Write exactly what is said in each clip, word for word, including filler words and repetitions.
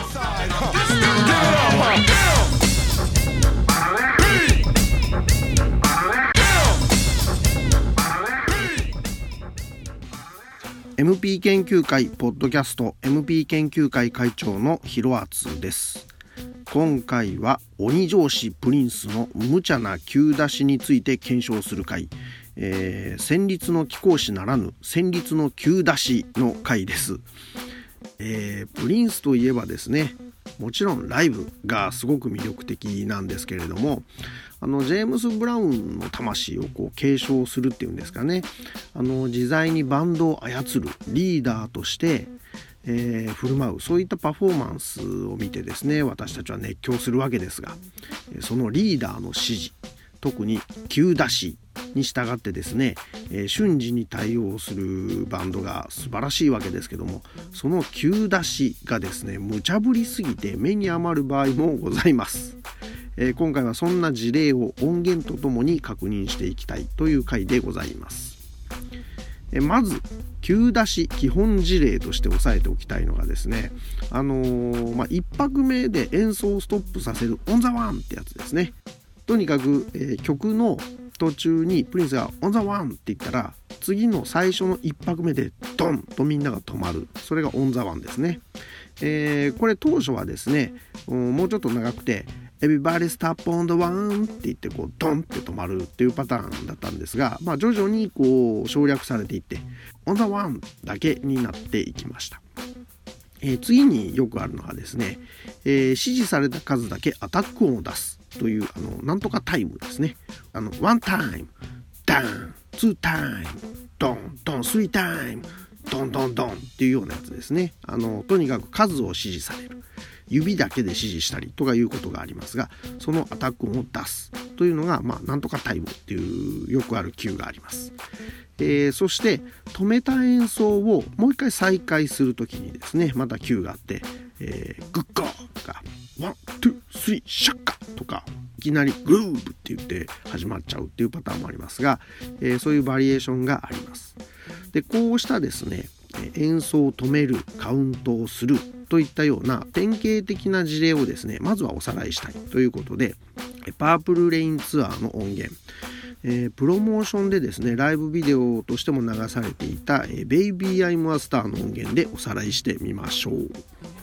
エムピー 研究会ポッドキャスト エムピー 研究会会長のひろあつです。今回は鬼上司プリンスの無茶な急出しについて検証する回、えー、戦慄の貴公子ならぬ戦慄の急出しの回です。えー、プリンスといえばですね、もちろんライブがすごく魅力的なんですけれども、あのジェームス・ブラウンの魂をこう継承するっていうんですかね、あの自在にバンドを操るリーダーとして、えー、振る舞う、そういったパフォーマンスを見てですね、私たちは熱狂するわけですが、そのリーダーの指示、特に急出しに従ってですね、えー、瞬時に対応するバンドが素晴らしいわけですけども、その急出しがですね、無茶ぶりすぎて目に余る場合もございます。えー、今回はそんな事例を音源とともに確認していきたいという回でございます。えー、まず急出し基本事例として押さえておきたいのがですね、あのーまあ、一拍目で演奏をストップさせるオンザワンってやつですね。とにかく、えー、曲の途中にプリンスがオンザワンって言ったら、次の最初の一拍目でドンとみんなが止まる、それがオンザワンですね。えー、これ当初はですね、もうちょっと長くてEverybody stop on the one って言ってこうドンって止まるっていうパターンだったんですが、まあ、徐々にこう省略されていって on the one だけになっていきました。えー、次によくあるのがですね、えー、指示された数だけアタック音を出すというあのなんとかタイムですね。あのワンタイムダウンツータイムドンドンスリータイムドンドンドンっていうようなやつですね。あのとにかく数を指示される、指だけで指示したりとかいうことがありますが、そのアタック音を出すというのが、まあ、なんとかタイムっていうよくあるキューがあります。えー、そして止めた演奏をもう一回再開するときにですね、またキューがあって、えー、グッゴーとかワン、ツー、スリー、シャッカとか、いきなりグルーブって言って始まっちゃうっていうパターンもありますが、えー、そういうバリエーションがあります。で、こうしたですね、演奏を止める、カウントをするといったような典型的な事例をですね、まずはおさらいしたいということで、パープルレインツアーの音源、えー、プロモーションでですね、ライブビデオとしても流されていた、えー、Baby I'm a Star の音源でおさらいしてみましょう。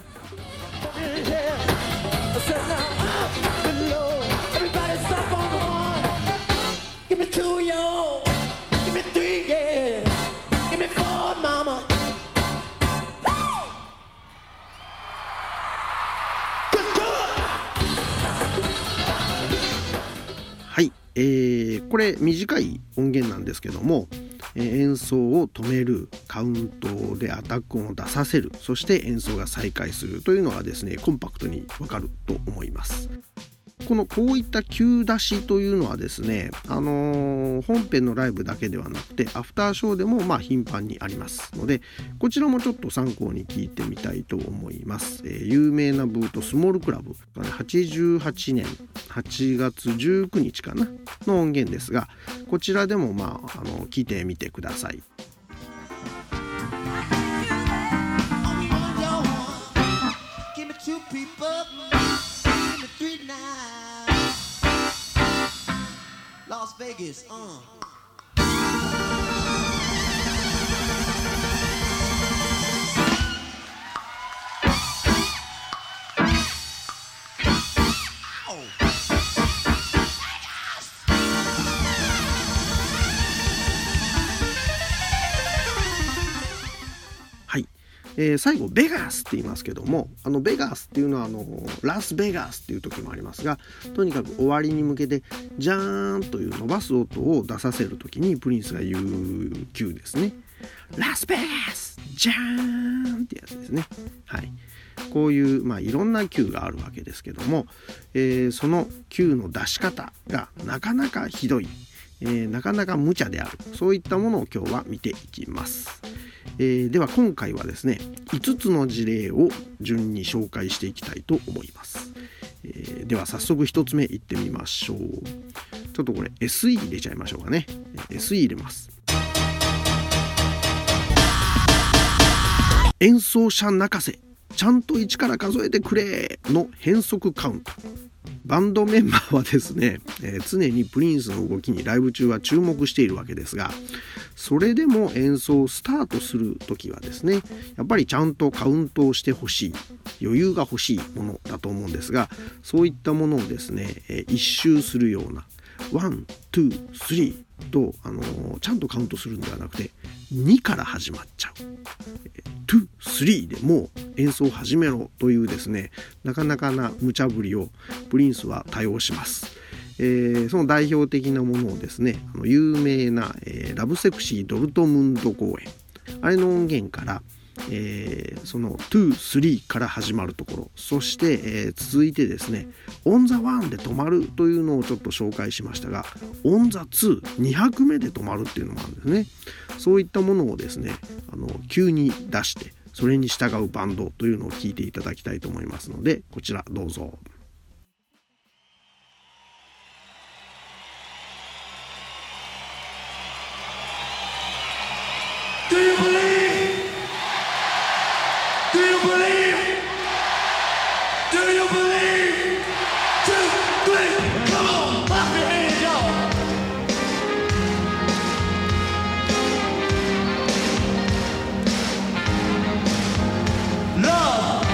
はい、えー、これ短い音源なんですけども、えー、演奏を止める、カウントでアタック音を出させる、そして演奏が再開するというのがですね、コンパクトにわかると思います。このこういった急出しというのはですね、あのー、本編のライブだけではなくてアフターショーでもまあ頻繁にありますので、こちらもちょっと参考に聞いてみたいと思います。えー、有名なブートスモールクラブはちじゅうはちねんはちがつじゅうくにちかなの音源ですが、こちらでもまあ、あの聞いてみてください。 Las Vegas, uh. はい、えー、最後ベガスって言いますけども、あのベガスっていうのはあのラスベガスっていう時もありますが、とにかく終わりに向けてジャーンという伸ばす音を出させる時にプリンスが言うキューですね。ラスベガスジャーンってやつですね。はい、こういう、まあ、いろんなキューがあるわけですけども、えー、そのキューの出し方がなかなかひどい、えー、なかなか無茶である、そういったものを今日は見ていきます。えー、では今回はですね、いつつの事例を順に紹介していきたいと思います。えー、では早速ひとつめいってみましょう。ちょっとこれ エスイー 入れちゃいましょうかね。 エスイー 入れます。演奏者泣かせちゃんといちから数えてくれの変則カウント。バンドメンバーはですね、えー、常にプリンスの動きにライブ中は注目しているわけですが、それでも演奏をスタートするときはですね、やっぱりちゃんとカウントをしてほしい、余裕が欲しいものだと思うんですが、そういったものをですね、えー、一周するようなワン、ツー、スリーと、あのー、ちゃんとカウントするんではなくてにから始まっちゃう、ツー、スリーでもう演奏を始めろというですね、なかなかな無茶ぶりをプリンスは多用します。えー、その代表的なものをですね、あの有名な、えー、ラブセクシードルトムンド公演、あれの音源から、えー、そのに、さんから始まるところ、そして、えー、続いてですね、オンザワンで止まるというのをちょっと紹介しましたが、オンザツー、に拍目で止まるっていうのもあるんですね。そういったものをですね、あの急に出してそれに従うバンドというのを聞いていただきたいと思いますので、こちらどうぞ。 Do you believe? Do you believe? Do you believe? Two, three, come on, clap your hands, y'all. Love,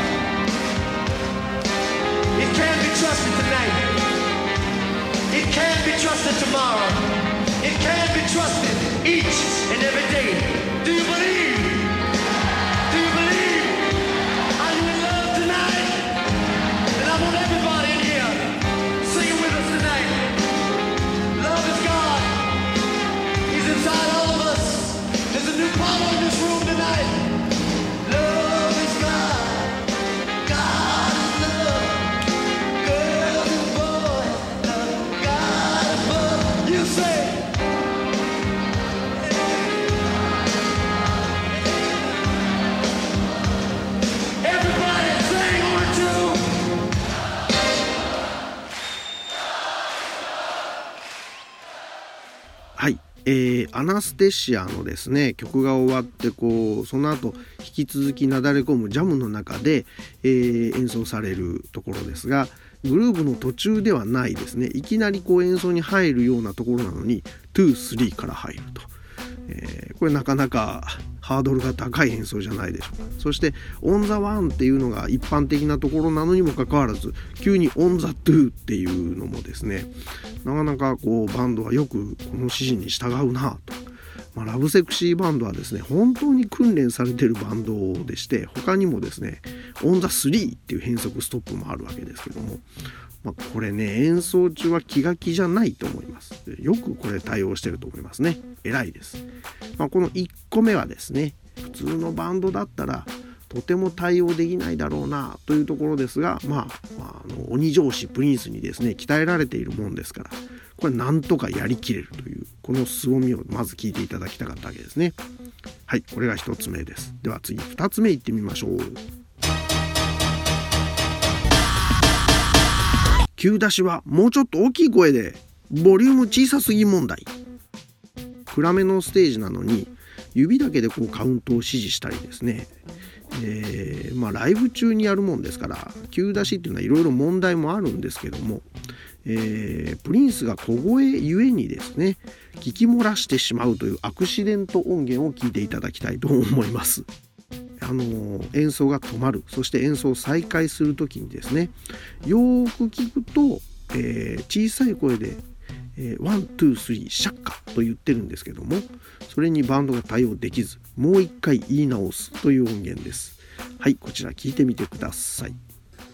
it can't be trusted tonight. It can't be trusted tomorrow. It can't be trusted each and every day. Do you believe? Do you believe? Are you in love tonight? And I want everybody in here singing with us tonight. Love is God. He's inside all of us. There's a new power in this room tonight. Love is God. God is love. Girl and boy, love God above. You say. はい、えー、アナステシアのですね、曲が終わってこうその後引き続きなだれ込むジャムの中で、えー、演奏されるところですが、グルーヴの途中ではないですね、いきなりこう演奏に入るようなところなのにに、さんから入ると、えー、これなかなかハードルが高い演奏じゃないでしょうか。そしてオンザワンっていうのが一般的なところなのにもかかわらず、急にオンザツーっていうのもですね、なかなかこうバンドはよくこの指示に従うなと。まあ、ラブセクシーバンドはですね、本当に訓練されているバンドでして、他にもですね、オンザスリーっていう変則ストップもあるわけですけども、まあ、これね、演奏中は気が気じゃないと思います。よくこれ対応してると思いますね。偉いです。まあ、このいっこめはですね、普通のバンドだったらとても対応できないだろうなというところですが、まあ、まあ、あの鬼上司プリンスにですね鍛えられているもんですから、これなんとかやりきれるというこの凄みをまず聞いていただきたかったわけですね。はい、これがひとつめです。では次ふたつめいってみましょう。急出しはもうちょっと大きい声で、ボリューム小さすぎ問題。暗めのステージなのに指だけでこうカウントを指示したりですね、えー、まあライブ中にやるもんですから急出しっていうのはいろいろ問題もあるんですけども、えー、プリンスが小声ゆえにですね聞き漏らしてしまうというアクシデント音源を聞いていただきたいと思います。あのー、演奏が止まる、そして演奏を再開するときにですね、よーく聞くと、えー、小さい声でワン、ツー、スリー、シャッカと言ってるんですけども、それにバンドが対応できず、もう一回言い直すという音源です。はい、こちら聞いてみてください。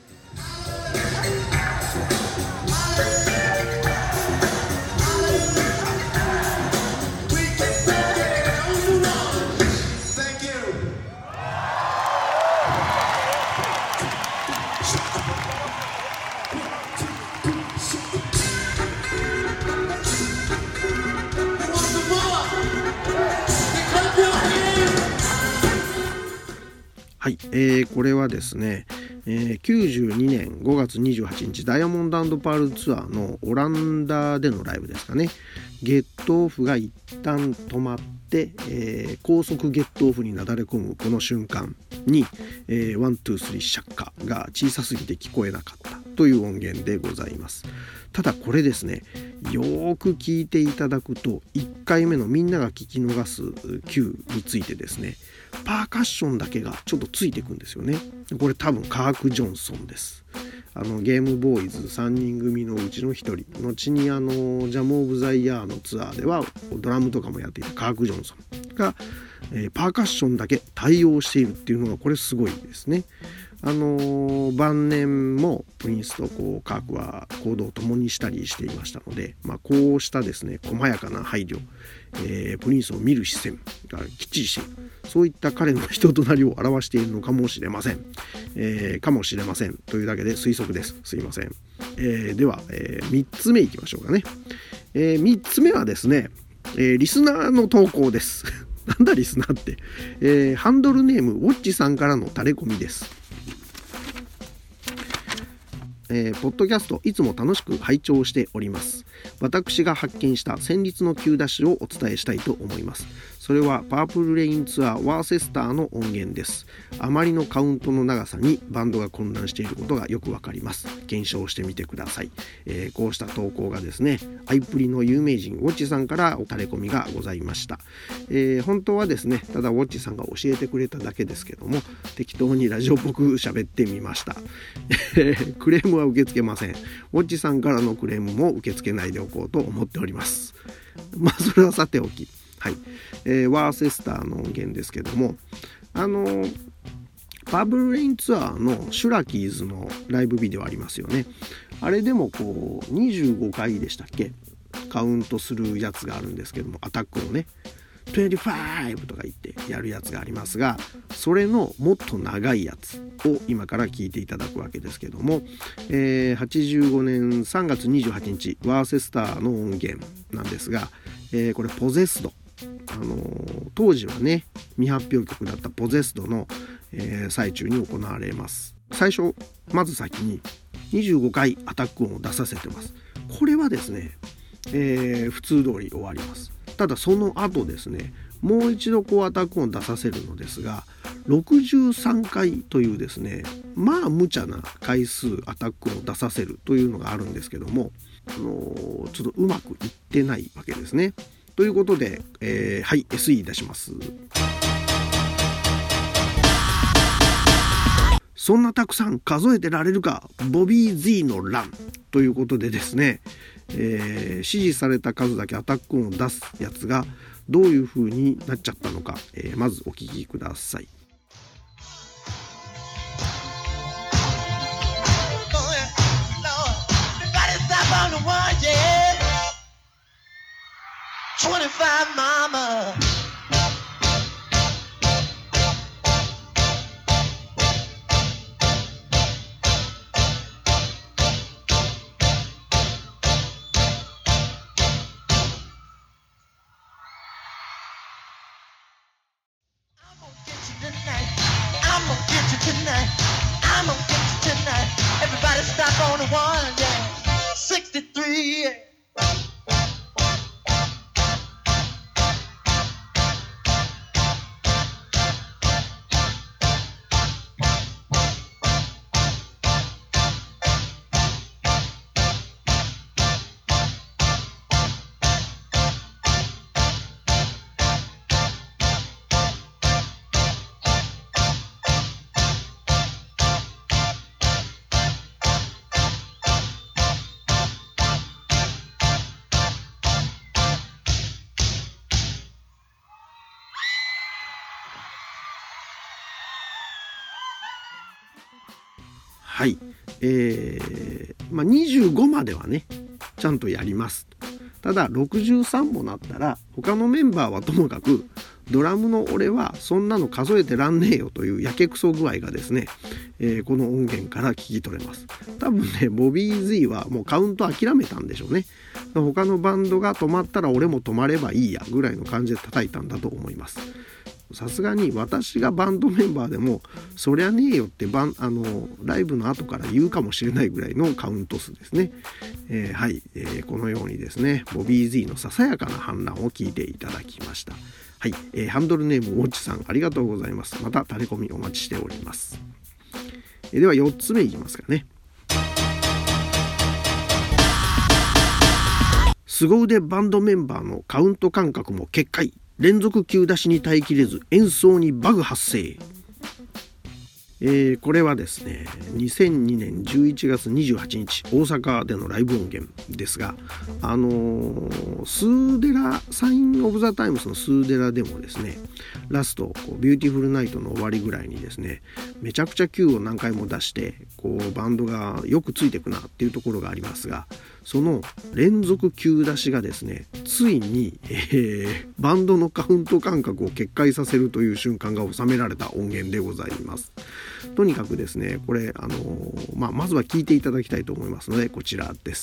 はい、えー、これはですね、えー、きゅうじゅうにねんごがつにじゅうはちにちダイヤモンド&パールツアーのオランダでのライブですかね。ゲットオフが一旦止まって、えー、高速ゲットオフになだれ込むこの瞬間、 に、えー、ワン、ツー、スリー、シャッカが小さすぎて聞こえなかったという音源でございます。ただこれですね、よーく聞いていただくといっかいめのみんなが聞き逃す Q についてですね、パーカッションだけがちょっとついてくんですよね。これ多分カーク・ジョンソンです。あのゲームボーイズさんにん組のうちのひとり、後にあのジャム・オブ・ザ・イヤーのツアーではドラムとかもやっていたカーク・ジョンソンが、えー、パーカッションだけ対応しているっていうのがこれすごいですね。あのー、晩年もプリンスとこうカークは行動を共にしたりしていましたので、まあ、こうしたですね細やかな配慮、えー、プリンスを見る視線がきっちりしている、そういった彼の人となりを表しているのかもしれません、えー、かもしれませんというだけで推測です。すいません、えー、では、えー、みっつめいきましょうかね、えー、みっつめはですね、えー、リスナーの投稿ですなんだリスナーって、えー、ハンドルネームウォッチさんからのタレコミです。えー、ポッドキャストいつも楽しく拝聴しております。私が発見した旋律の急ダッシュをお伝えしたいと思います。それはパープルレインツアーワーセスターの音源です。あまりのカウントの長さにバンドが混乱していることがよくわかります。検証してみてください。えー、こうした投稿がですね、アイプリの有名人ウォッチさんからおタレコミがございました。えー、本当はですね、ただウォッチさんが教えてくれただけですけども、適当にラジオっぽく喋ってみました。クレームは受け付けません。ウォッチさんからのクレームも受け付けないでおこうと思っております。まあそれはさておき、はい、えー、ワーセスターの音源ですけども、あのー、パープルレインツアーのシュラキーズのライブビデオありますよね。あれでもこうにじゅうごかいでしたっけ、カウントするやつがあるんですけども、アタックのねにじゅうごとか言ってやるやつがありますが、それのもっと長いやつを今から聞いていただくわけですけども、えー、はちじゅうごねんさんがつにじゅうはちにちワーセスターの音源なんですが、えー、これポゼスド、あのー、当時はね未発表曲だったポゼスドの、えー、最中に行われます。最初まず先ににじゅうごかいアタック音を出させてます。これはですね、えー、普通通り終わります。ただその後ですね、もう一度こうアタック音を出させるのですが、ろくじゅうさんかいというですね、まあ無茶な回数アタック音を出させるというのがあるんですけども、あのー、ちょっとうまくいってないわけですね。ということで、えー、はい エスイー 出します。そんなたくさん数えてられるか、ボビー Z のランということでですね、えー、指示された数だけアタック音を出すやつがどういう風になっちゃったのか、えー、まずお聞きください。はい、えーまあ、にじゅうごまではねちゃんとやります。ただろくじゅうさんもなったら他のメンバーはともかくドラムの俺はそんなの数えてらんねえよというやけくそ具合がですね、えー、この音源から聞き取れます。多分ねボビー Z はもうカウント諦めたんでしょうね。他のバンドが止まったら俺も止まればいいやぐらいの感じで叩いたんだと思います。さすがに私がバンドメンバーでもそりゃねえよってバンあのライブの後から言うかもしれないぐらいのカウント数ですね。えー、はい、えー、このようにですねボビー Z のささやかな反乱を聞いていただきました。 はい、えー、ハンドルネームウォッチさんありがとうございます。またタレコミお待ちしております。えー、ではよっつめいきますかね。凄腕バンドメンバーのカウント感覚も決壊、連続急出しに耐えきれず演奏にバグ発生。えー、これはですねにせんにねんじゅういちがつにじゅうはちにち大阪でのライブ音源ですが、あのー、スーデラサインオブザタイムスのスーデラでもですねラストこうビューティフルナイトの終わりぐらいにですねめちゃくちゃ Q を何回も出してこうバンドがよくついていくなっていうところがありますが、その連続 Q 出しがですねついに、えー、バンドのカウント感覚を決壊させるという瞬間が収められた音源でございます。とにかくですねこれ、あのーまあ、まずは聴いていただきたいと思いますのでこちらです。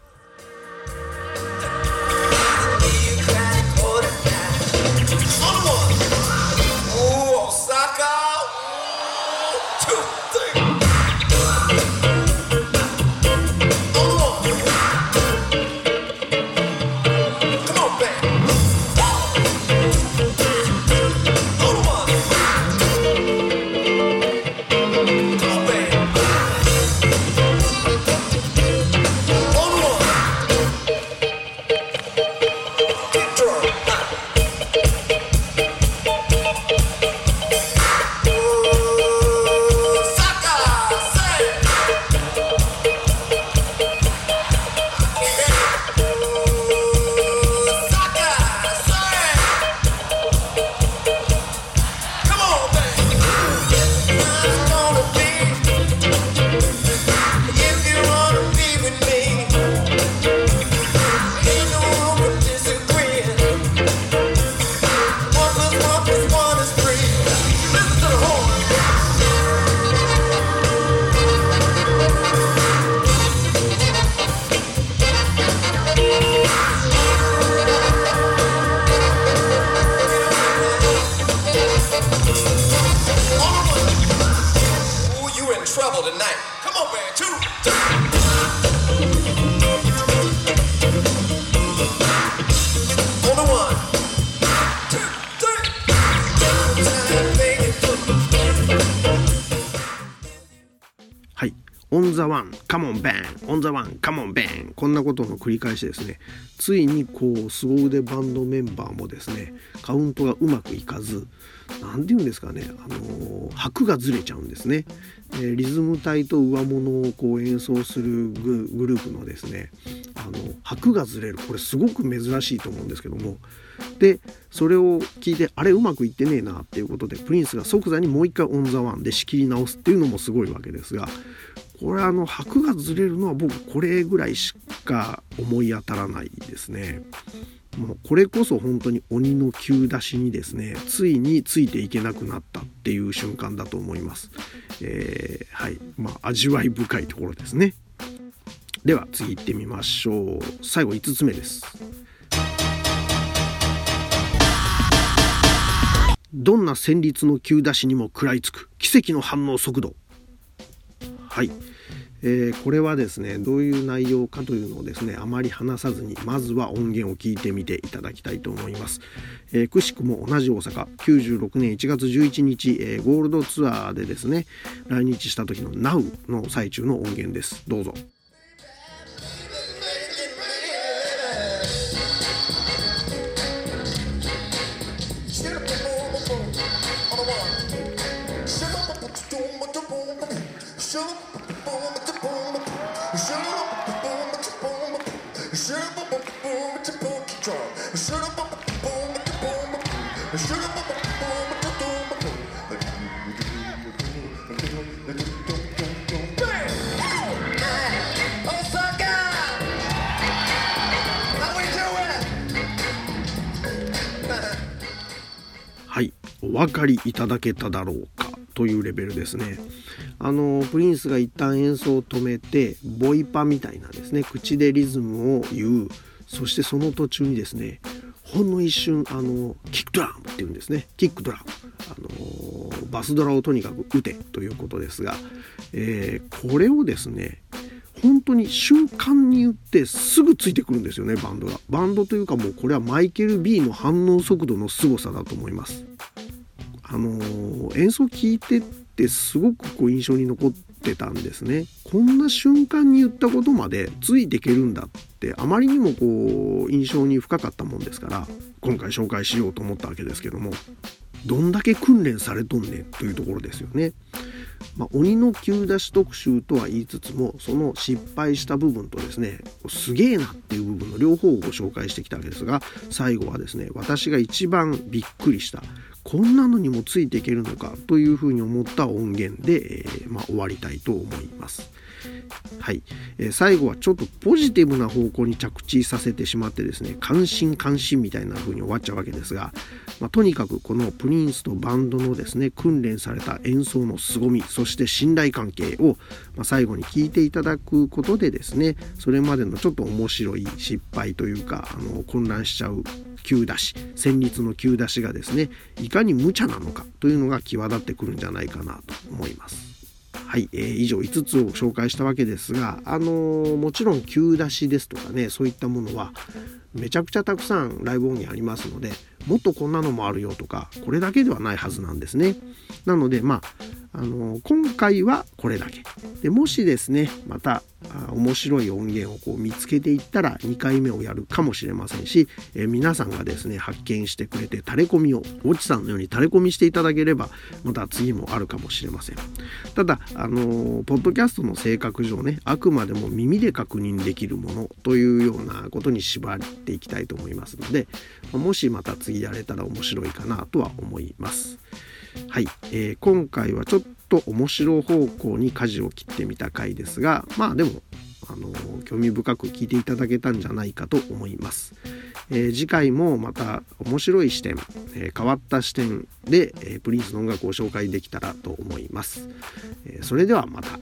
オンザワンカモンバンオンザワンカモンバン、こんなことの繰り返しですね。ついにこう凄腕バンドメンバーもですねカウントがうまくいかず、なんていうんですかね、あのー、拍がずれちゃうんですね。えー、リズム隊と上物をこう演奏する グ, グループのですねあの拍がずれる、これすごく珍しいと思うんですけども、でそれを聞いてあれうまくいってねえなっていうことでプリンスが即座にもう一回オンザワンで仕切り直すっていうのもすごいわけですが、これあの拍がずれるのは僕これぐらいしか思い当たらないですね。もうこれこそ本当に鬼の急出しにですねついについていけなくなったっていう瞬間だと思います。えー、はいまあ味わい深いところですね。では次行ってみましょう。最後いつつめです。どんな旋律の急出しにも食らいつく奇跡の反応速度。はい、えー、これはですねどういう内容かというのをですねあまり話さずにまずは音源を聞いてみていただきたいと思います。えー、くしくも同じ大阪きゅうじゅうろくねんいちがつじゅういちにち、えー、ゴールドツアーでですね来日した時の ナウ の最中の音源です。どうぞ。はい、お分かりいただけただろうかというレベルですね。あのプリンスが一旦演奏を止めてボイパみたいなですね口でリズムを言う、そしてその途中にですねほんの一瞬あのキックドラムっていうんですね。キックドラム、あのバスドラをとにかく打てということですが、えー、これをですね本当に瞬間に言ってすぐついてくるんですよね。バンドがバンドというかもうこれはマイケル B の反応速度の凄さだと思います。あのー、演奏聞いてってすごくこう印象に残ってたんですね。こんな瞬間に言ったことまでついていけるんだってあまりにもこう印象に深かったもんですから今回紹介しようと思ったわけですけども、どんだけ訓練されとんねんというところですよね。まあ、鬼の急出し特集とは言いつつもその失敗した部分とですねすげえなっていう部分の両方をご紹介してきたわけですが、最後はですね私が一番びっくりしたこんなのにもついていけるのかというふうに思った音源で、えーまあ、終わりたいと思います。はい、えー、最後はちょっとポジティブな方向に着地させてしまってですね関心関心みたいな風に終わっちゃうわけですが、まあ、とにかくこのプリンスとバンドのですね訓練された演奏の凄みそして信頼関係を、まあ、最後に聞いていただくことでですねそれまでのちょっと面白い失敗というかあの混乱しちゃう急出し旋律の急出しがですねいかに無茶なのかというのが際立ってくるんじゃないかなと思います。はい、えー、以上いつつを紹介したわけですが、あのー、もちろん急出しですとかねそういったものはめちゃくちゃたくさんライブ音源ありますのでもっとこんなのもあるよとかこれだけではないはずなんですね。なのでまああのー、今回はこれだけでもしですねまた面白い音源をこう見つけていったらにかいめをやるかもしれませんし、えー、皆さんがですね発見してくれてタレコミをオチさんのようにタレコミしていただければまた次もあるかもしれません。ただあのー、ポッドキャストの性格上ねあくまでも耳で確認できるものというようなことに縛っていきたいと思いますのでもしまた次やれたら面白いかなとは思います。はい、えー、今回はちょっと面白方向に舵を切ってみた回ですがまあでもあの興味深く聞いていただけたんじゃないかと思います。えー、次回もまた面白い視点、えー、変わった視点で、えー、プリンスの音楽を紹介できたらと思います。えー、それではまた。